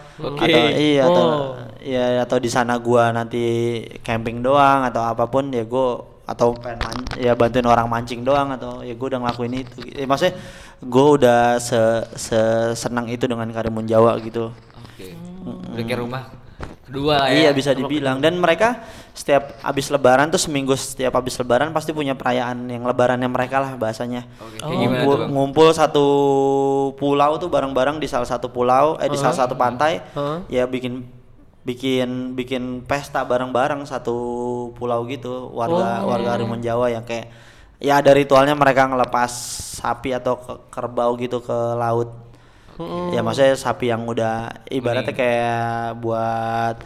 atau di sana gue nanti camping doang atau apapun, ya gue atau ya bantuin orang mancing doang, atau ya gue udah ngelakuin itu. Maksudnya gue udah senang itu dengan Karimun Jawa gitu. Udah kayak rumah kedua lah ya. Iya bisa dibilang. Dan mereka setiap habis lebaran tuh setiap habis lebaran pasti punya perayaan yang lebarannya mereka lah bahasanya. Ngumpul satu pulau tuh bareng-bareng di salah satu pulau, di salah satu pantai, ya bikin pesta bareng-bareng satu pulau gitu, warga Karimun Jawa yang kayak ya ada ritualnya mereka ngelepas sapi atau kerbau gitu ke laut. Ya maksudnya sapi yang udah ibaratnya kayak buat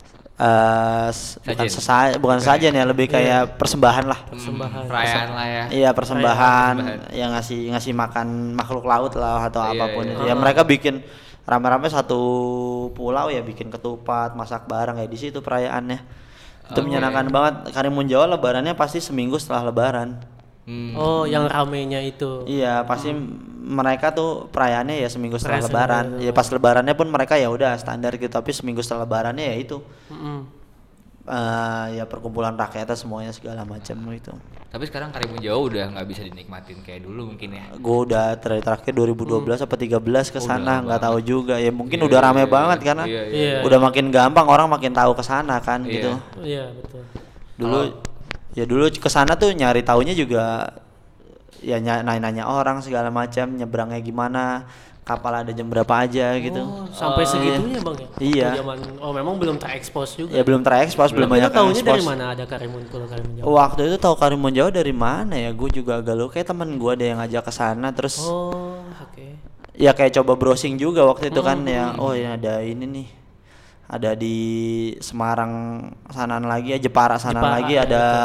bukan sajian ya, lebih kayak persembahan lah. Perayaan lah ya. Iya, persembahan yang ngasih makan makhluk laut lah atau apapun itu. Ya mereka bikin rame-rame satu pulau, ya bikin ketupat, masak bareng, ya di situ perayaannya. Itu menyenangkan banget. Karimun Jawa lebarannya pasti seminggu setelah lebaran. Yang ramenya itu. Iya, pasti mereka tuh perayaannya ya seminggu setelah lebaran. Ya pas lebarannya pun mereka ya udah standar gitu, tapi seminggu setelah lebarannya ya itu. Ya perkumpulan rakyatnya semuanya segala macam gitu. Tapi sekarang Karimun Jawa udah nggak bisa dinikmatin kayak dulu mungkin ya. Gue udah terakhir 2012 apa 13 ke sana, nggak tahu juga. Ya mungkin udah rame banget karena udah makin gampang, orang makin tahu ke sana kan gitu. Iya, betul. Dulu ke sana tuh nyari taunya juga ya nanya orang segala macam, nyebrangnya gimana, kapal ada jam berapa aja gitu. Sampai segitunya Bang ya? Iya. Memang belum terekspos juga. Ya belum terekspos, belum banyak ekspos. Tahunya dari mana ada Karimun Jawa? Waktu itu tahu Karimun Jawa dari mana ya? Gue juga agak lupa. Kayak teman gue ada yang ngajak ke sana terus. Ya kayak coba browsing juga waktu itu kan ya. Oh ya ada ini nih. Ada di Semarang sanaan lagi ya, Jepara sanaan lagi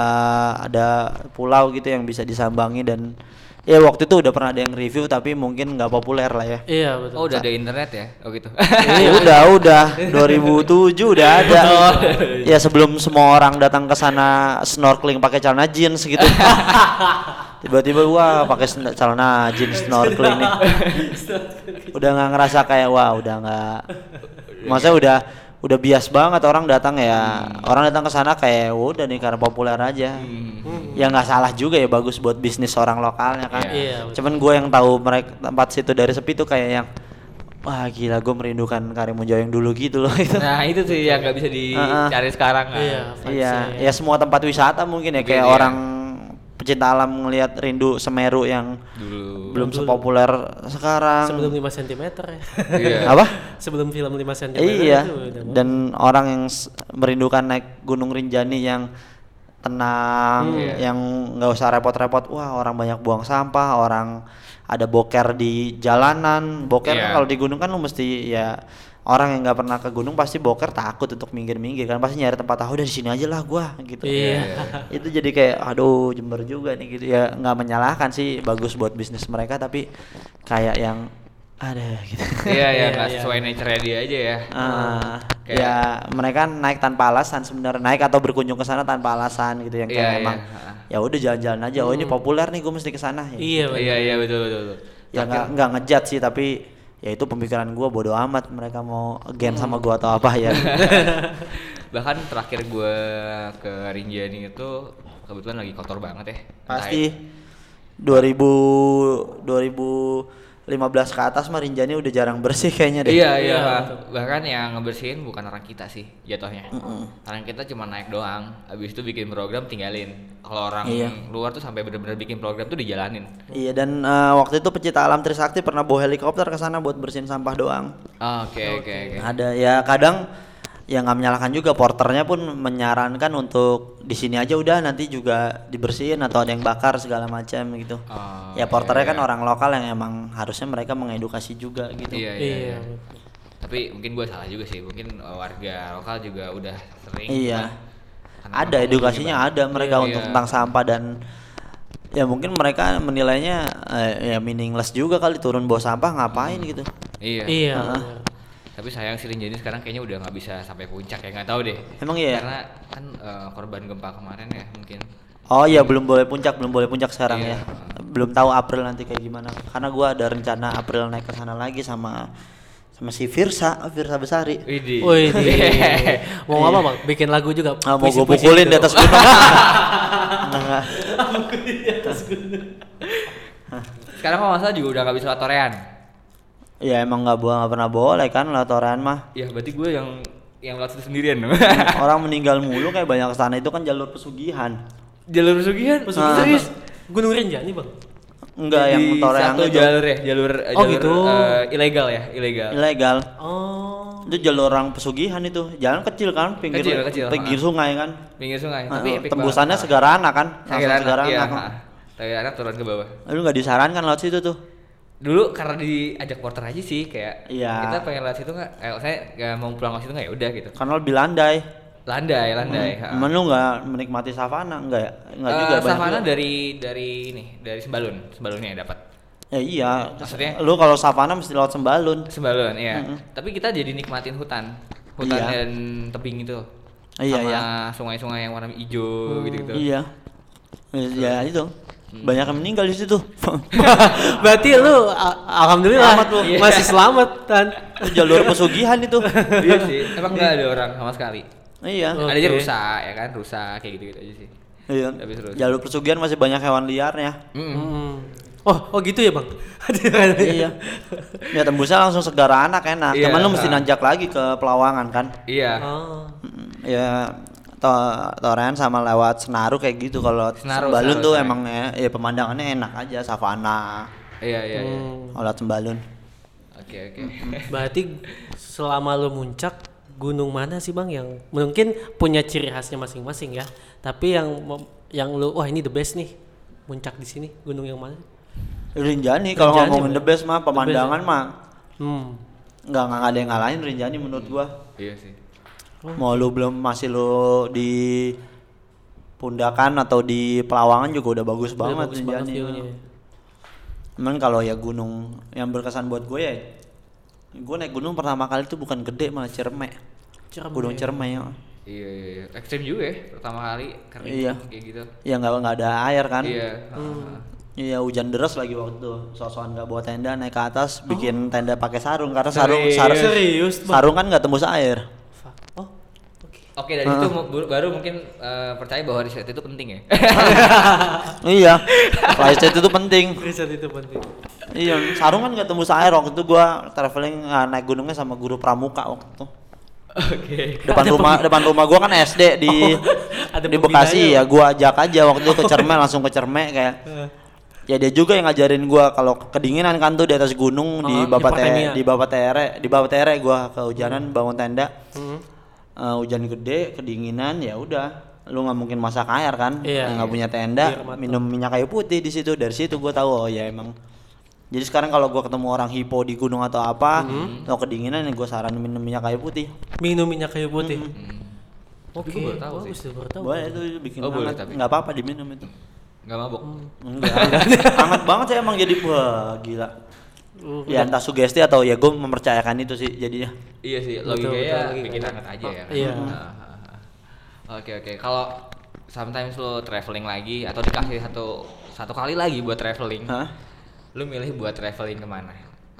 ada pulau gitu yang bisa disambangi, dan ya waktu itu udah pernah ada yang review tapi mungkin nggak populer lah ya. Iya betul. Oh udah ada internet ya? Oh gitu. udah 2007 udah ada. Ya sebelum semua orang datang ke sana snorkeling pakai celana jeans gitu. Tiba-tiba wah pakai celana jeans snorkeling nih. Udah nggak ngerasa kayak udah nggak. Maksudnya udah bias banget orang datang ya. Orang datang ke sana kayak udah nih karena populer aja. Ya nggak salah juga ya, bagus buat bisnis orang lokalnya kan. Cuman gue yang tahu mereka tempat situ dari sepi tuh kayak yang wah gila, gue merindukan Karimun Jawa yang dulu gitu loh. Nah itu tuh yang nggak bisa dicari sekarang kan. Iya, ya semua tempat wisata mungkin ya kayak orang pecinta alam ngelihat rindu Semeru yang dulu belum sepopuler sekarang. Sebelum 5 cm ya. Apa? Sebelum film 5 cm. Iya. Dan orang yang merindukan naik Gunung Rinjani yang tenang, yang nggak usah repot-repot. Wah, orang banyak buang sampah, orang ada boker di jalanan. Boker kan kalau di gunung kan lu mesti ya, orang yang nggak pernah ke gunung pasti boker takut untuk minggir-minggir kan, pasti nyari tempat tahu dari sini aja lah gua gitu. Itu jadi kayak aduh Jember juga nih gitu ya, nggak menyalahkan sih, bagus buat bisnis mereka, tapi kayak yang ada gitu. Iya nggak sesuai nature dia aja ya. Ya mereka naik tanpa alasan sebenarnya, naik atau berkunjung ke sana tanpa alasan gitu, yang kayak emang ya udah jalan-jalan aja. Oh ini populer nih, gue mesti ke sana. Iya betul. Ya nggak ngejat sih, tapi ya itu pemikiran gue, bodo amat mereka mau gen sama gue atau apa ya. Bahkan terakhir gue ke Rinjani itu kebetulan lagi kotor banget ya. Pasti 2015 ke atas mah Rinjani udah jarang bersih kayaknya deh. Iya. Bahkan yang ngebersihin bukan orang kita sih jatuhnya. Orang kita cuma naik doang, habis itu bikin program tinggalin. Kalau orang luar tuh sampai benar-benar bikin program tuh dijalanin. Iya, dan waktu itu pecinta alam Trisakti pernah bawa helikopter ke sana buat bersihin sampah doang. Oke. Ada ya, kadang ya nggak menyalahkan juga, porternya pun menyarankan untuk di sini aja udah, nanti juga dibersihin atau ada yang bakar segala macam gitu. Ya porternya kan orang lokal yang emang harusnya mereka mengedukasi juga gitu. Iya. Tapi mungkin gue salah juga sih, mungkin warga lokal juga udah sering. Iya. Karena Ada edukasinya, ada mereka untuk tentang sampah, dan ya mungkin mereka menilainya ya meaningless juga kali, turun bawa sampah ngapain gitu. Iya. Tapi sayang sih Rinjani sekarang kayaknya udah nggak bisa sampai puncak ya, nggak tahu deh. Emang iya? Karena kan korban gempa kemarin ya mungkin. Oh iya, belum boleh puncak sekarang Iya. ya. Belum tahu April nanti kayak gimana. Karena gua ada rencana April naik ke sana lagi sama si Virsa Besari. Widih. Wih, mau apa bang? Bikin lagu juga? Mau gue Puisi-puisi pukulin gitu. di atas gunung. Enggak. Sekarang kalau masalah juga udah nggak bisa lewat Torean. Ya emang nggak pernah boleh kan lewat Torean mah. Ya berarti gue yang lewat situ sendirian dong. Orang meninggal mulu kayak banyak kesana, itu kan jalur pesugihan. Jalur pesugihan? Serius? Gunung Rinjani bang? Enggak, yang Di Torean satu itu jalur ya, jalur gitu. Ilegal ya, ilegal. ilegal. Oh. Itu jalur orang pesugihan itu. Jalan kecil kan, pinggir Kecil. sungai kan. Pinggir sungai. Tapi epic tembusannya banget. Segarana kan. Langsung Segarana. Iya. Kan. Segarana turun ke bawah. Lu nggak disarankan lewat situ tuh. Dulu karena diajak porter aja sih, kayak Iya. kita pengen lewat situ nggak? Saya nggak mau pulang ke situ nggak, ya udah gitu. Karena lebih landai. Landai. Emang lu nggak menikmati savana? Enggak ya? Enggak juga. banyak Savana juga. dari Sembalunnya ya dapat. Ya iya. Maksudnya? Lu kalau savana mesti lewat Sembalun. Sembalun, iya. Tapi kita jadi nikmatin hutan Iya. dan tebing itu. Iya, sama iya. sungai-sungai yang warna hijau gitu-gitu. Iya. Ya itu. Banyak yang meninggal di situ. Berarti lu alhamdulillah Selamat lu. masih selamat kan? Itu jalur pesugihan itu. Iya sih. Emang nggak ada orang sama sekali. Iya. Oke. Ada aja rusak ya kan, rusak kayak gitu-gitu aja sih. Iya. Tapi seru. Jalur pesugihan masih banyak hewan liarnya. Oh gitu ya bang? Iya. Ya tembusnya langsung Segarana enak. Iya, Cuman lu mesti nanjak lagi ke Pelawangan kan. Iya. Oh. Ya Torean sama lewat Senaru kayak gitu. Kalau Senaru, Sembalun Senaru, tuh Senaru. emang ya pemandangannya enak aja, savana. Iya. Kalau lewat Sembalun. Oke. Berarti selama lu muncak, gunung mana sih bang yang mungkin punya ciri khasnya masing-masing ya? Tapi yang lu wah ini the best nih, muncak di sini, gunung yang mana? Rinjani kalau Rinjani, ngomongin the best mah, pemandangan The best, mah Hmm. nggak ada yang ngalahin Rinjani menurut gua. Iya sih. Mau lu masih di Pundakan atau di Pelawangan juga udah bagus Udah banget bagus banget Rinjani. view-nya. Cuman kalau ya gunung yang berkesan buat gue ya, gue naik gunung pertama kali tuh bukan Gede, malah Ciremai. Gunung Ciremai ya. Iya. Ekstrim juga ya pertama kali kering Iya. kayak gitu. Ya nggak ada air kan. Iya. Iya, hujan deras lagi waktu itu. Sosokan nggak bawa tenda, naik ke atas bikin tenda pakai sarung karena Serius, Bang? sarung kan nggak tembus air. Oh, oke. Oke, dari situ baru mungkin percaya bahwa riset itu penting ya. Iya. Riset itu penting. Riset itu penting. Iya, sarung kan nggak tembus air. Waktu itu gua traveling naik gunungnya sama guru pramuka waktu itu. Oke. Depan rumah gua kan SD ada di Bekasi pembinanya. ya, gua ajak aja waktu itu ke Cerme, langsung ke Cerme kayak. Ya dia juga yang ngajarin gua kalau kedinginan kan tuh di atas gunung di hipotermia. Bapa Tere gua kehujanan bangun tenda. Hujan gede, kedinginan, ya udah. Lu nggak mungkin masak air kan? Iya. Nggak punya tenda, Biar matang. minum minyak kayu putih di situ. Dari situ gua tahu oh ya emang. Jadi sekarang kalau gua ketemu orang hipo di gunung atau apa, atau kedinginan ya gua saranin minum minyak kayu putih. Minum minyak kayu putih. Oke. Gue baru tahu sih. Bagus tuh, baru tahu. Boleh itu bikin Oh, boleh, hangat. tapi. Nggak apa-apa diminum itu. Enggak mabok. Enggak. Hangat banget saya emang jadi wah gila. Ya entah sugesti atau ya gue mempercayakan itu sih jadinya. Iya sih, Betul, logikanya betul, bikin logikanya. hangat aja ya kan. Iya. Oke. Kalau sometimes lo traveling lagi atau dikasih satu kali lagi buat traveling, Hah? lu milih buat traveling kemana?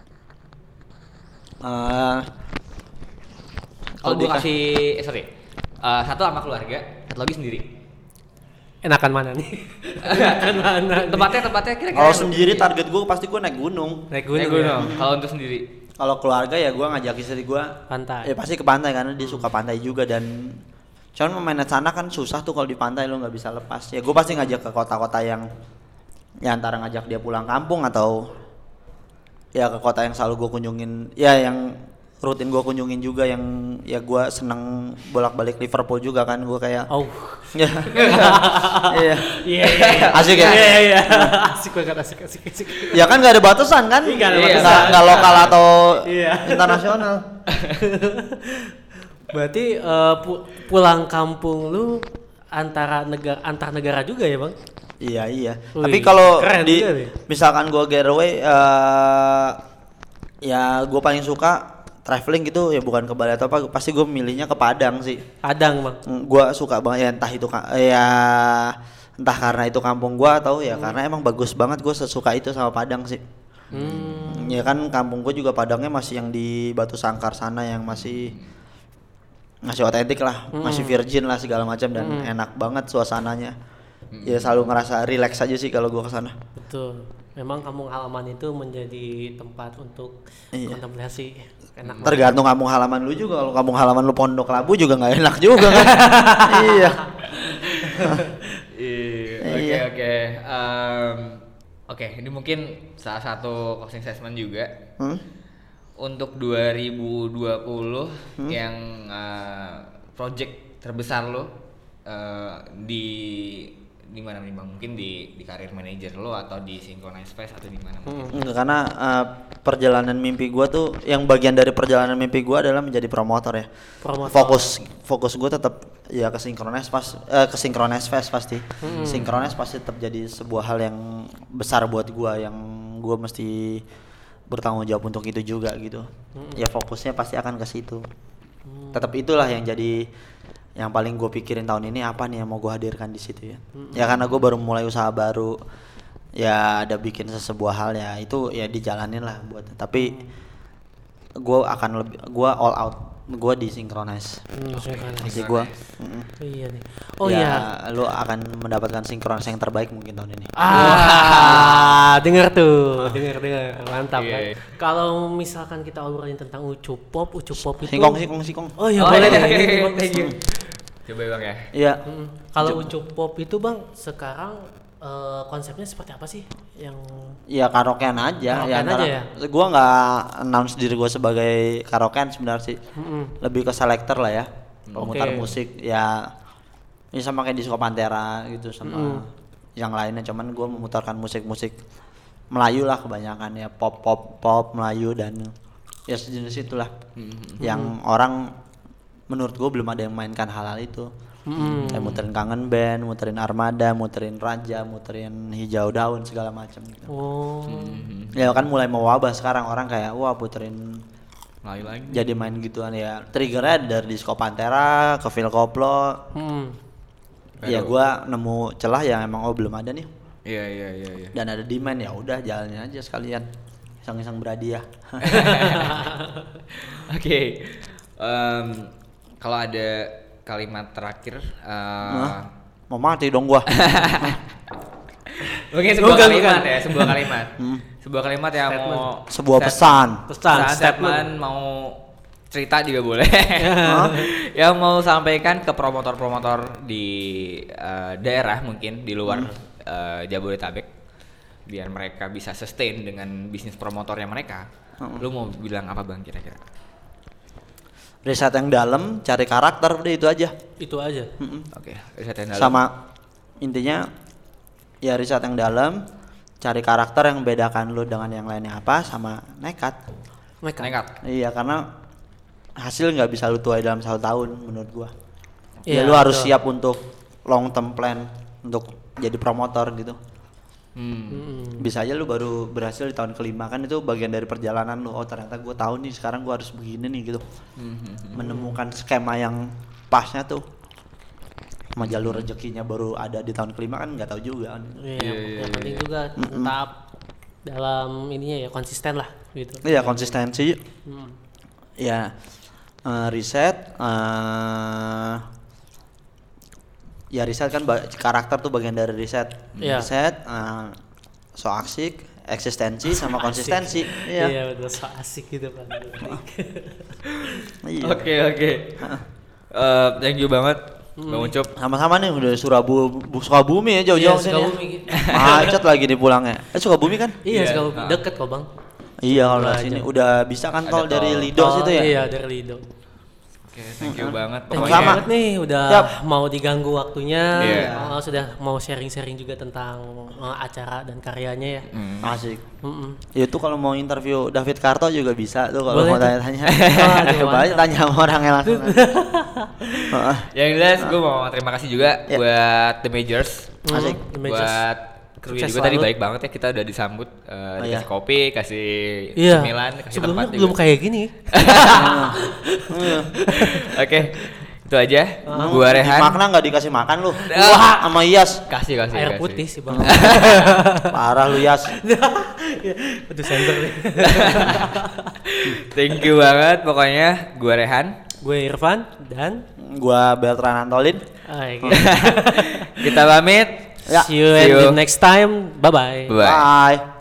Kalau Gue kasih, satu sama keluarga, satu lagi sendiri. Enakan mana nih? Enakan mana? nih? Tempatnya kira-kira. Kalau sendiri target gue pasti gue naik gunung. Naik Gunung. gunung. Ya? Kalau untuk sendiri. Kalau keluarga ya gue ngajak istri gue. Pantai. Ya pasti ke pantai karena dia suka pantai juga dan cuman main sana kan susah tuh kalau di pantai lo nggak bisa lepas. Ya gue pasti ngajak ke kota-kota yang ya antara ngajak dia pulang kampung atau ya ke kota yang selalu gue kunjungin. Ya yang rutin gue kunjungin juga, yang ya gue seneng bolak-balik Liverpool juga kan, gue kayak iya. Asik ya? Iya. Asik banget, asik. Ya kan nggak ada batasan kan? Nggak lokal atau internasional. Berarti pulang kampung lu antar negara juga ya bang? Iya. Tapi kalau misalkan gue getaway, ya gue paling suka traveling gitu ya, bukan ke Bali atau apa, pasti gue milihnya ke Padang sih. Padang bang. Gue suka banget ya, entah karena itu kampung gue atau ya karena emang bagus banget, gue sesuka itu sama Padang sih. Ya kan kampung gue juga Padangnya masih yang di Batu Sangkar sana, yang masih otentik lah, masih virgin lah segala macam, dan enak banget suasananya. Ya selalu ngerasa relax aja sih kalau gue kesana. Betul. Memang kampung halaman itu menjadi tempat untuk kontemplasi. Enak. Tergantung kampung halaman lu juga. Kalau kampung halaman lu Pondok Labu juga nggak enak juga kan. Iya. Oke, ini mungkin salah satu closing statement juga. Untuk 2020 yang project terbesar lo di mana nih bang? Mungkin di karir manajer lo atau di Synchronize Fest atau di mana mungkin? Karena perjalanan mimpi gue tuh, yang bagian dari perjalanan mimpi gue adalah menjadi promotor ya. Fokus gue tetap ya ke Synchronize Fest pasti. Synchronize pasti tetap jadi sebuah hal yang besar buat gue, yang gue mesti bertanggung jawab untuk itu juga gitu. Ya fokusnya pasti akan ke situ. Tetap itulah yang jadi yang paling gue pikirin tahun ini, apa nih yang mau gue hadirkan di situ ya. Ya karena gue baru mulai usaha baru, ya ada bikin sebuah hal ya, itu ya dijalanin lah buat. Tapi gue all out, gue di Synchronize. Jadi gue iya nih. Lu akan mendapatkan Synchronize yang terbaik mungkin tahun ini. Dengar mantap kan. Kalau misalkan kita obrolin tentang Ucup Pop itu Singkong. Oh iya boleh deh. Thank you. Coba bang ya. Iya. Kalau Ucup Pop itu bang sekarang konsepnya seperti apa sih? Yang ya karaokean aja. Ya. Gua nggak announce diri gua sebagai karaokean sebenarnya sih. Lebih ke selector lah ya. Pemutar musik ya sama kayak Disco Pantera gitu sama yang lainnya, cuman gua memutarkan musik-musik Melayu lah kebanyakan ya, pop Melayu dan ya sejenis itulah. Yang orang menurut gua belum ada yang mainkan hal-hal itu. Kayak muterin Kangen Band, muterin Armada, muterin Raja, muterin Hijau Daun segala macam gitu. Ya kan mulai mewabah sekarang, orang kayak wah puterin Melayu lagi. Jadi main gituan ya. Triggernya dari Disco Pantera ke Phil Koplo. Ya gua nemu celah yang emang belum ada nih. Iya. Dan ada demand, ya udah jalanin aja sekalian. Iseng-iseng berhadiah. Oke. Kalau ada kalimat terakhir mau mati dong gua. Mungkin sebuah kalimat. Sebuah kalimat yang statement. mau sebuah pesan statement, mau cerita juga boleh. Yang mau sampaikan ke promotor-promotor di daerah mungkin di luar Jabodetabek, biar mereka bisa sustain dengan bisnis promotornya mereka. Lu mau bilang apa bang kira-kira? Riset yang dalam, cari karakter, udah itu aja. Oke, riset yang dalam. Sama intinya ya riset yang dalam, cari karakter yang bedakan lu dengan yang lainnya apa, sama nekat. Iya, karena hasil nggak bisa lu tuai dalam 1 tahun menurut gua. Ya lu harus siap untuk long term plan untuk jadi promotor gitu. Bisa aja lu baru berhasil di tahun ke-5, kan itu bagian dari perjalanan lu. Oh ternyata gue tahu nih sekarang gue harus begini nih gitu. Menemukan skema yang pasnya tuh. Sama jalur rezekinya baru ada di tahun ke-5 kan nggak tahu juga kan. Yang penting juga tetap dalam ininya ya konsisten lah gitu. Iya, konsistensi. Ya riset ya riset kan karakter tuh bagian dari riset. Riset so asik, eksistensi sama konsistensi. Iya betul, so asik gitu kan. Oke. Thank you banget Bang Ucup. Sama-sama nih, udah Sukabumi ya, jauh-jauh sini. Macet lagi nih pulangnya. Sukabumi kan? Iya, Sukabumi. Deket kok bang. Iya, kalau Dua sini jam. udah bisa kan Ada tol dari tol. Lido situ ya? Iya, dari Lido. Oke, thank you banget. Thank you Sama. banget nih udah Yap. mau diganggu waktunya, Iya. sudah mau sharing-sharing juga tentang acara dan karyanya ya. Asik. Mm-mm. Itu kalau mau interview David Karto juga bisa tuh kalau Boleh mau tuh. tanya-tanya. Waduh, Banyak mantap. tanya sama orangnya langsung. Heeh. Yang jelas gue mau terima kasih juga Ya. buat The Majors. Asik. The Majors. Buat krunya Sukses juga tadi selalu. baik banget ya, kita udah disambut dikasih iya. kopi, kasih Iya. cemilan, kasih Sebelumnya tempat belum juga. kayak gini. Oke, itu aja. Gua Rehan. Makna nggak dikasih makan lu. Ah. Wah, sama Iyas. Kasih. Air putih sih bang. Parah lu Yas. Aduh sensor nih. Thank you banget pokoknya. Gua Rehan. Gue Irfan dan Gua Beltran Antolin. Kita pamit. Ya. see you See in you. the next time. Bye bye. Bye. Bye.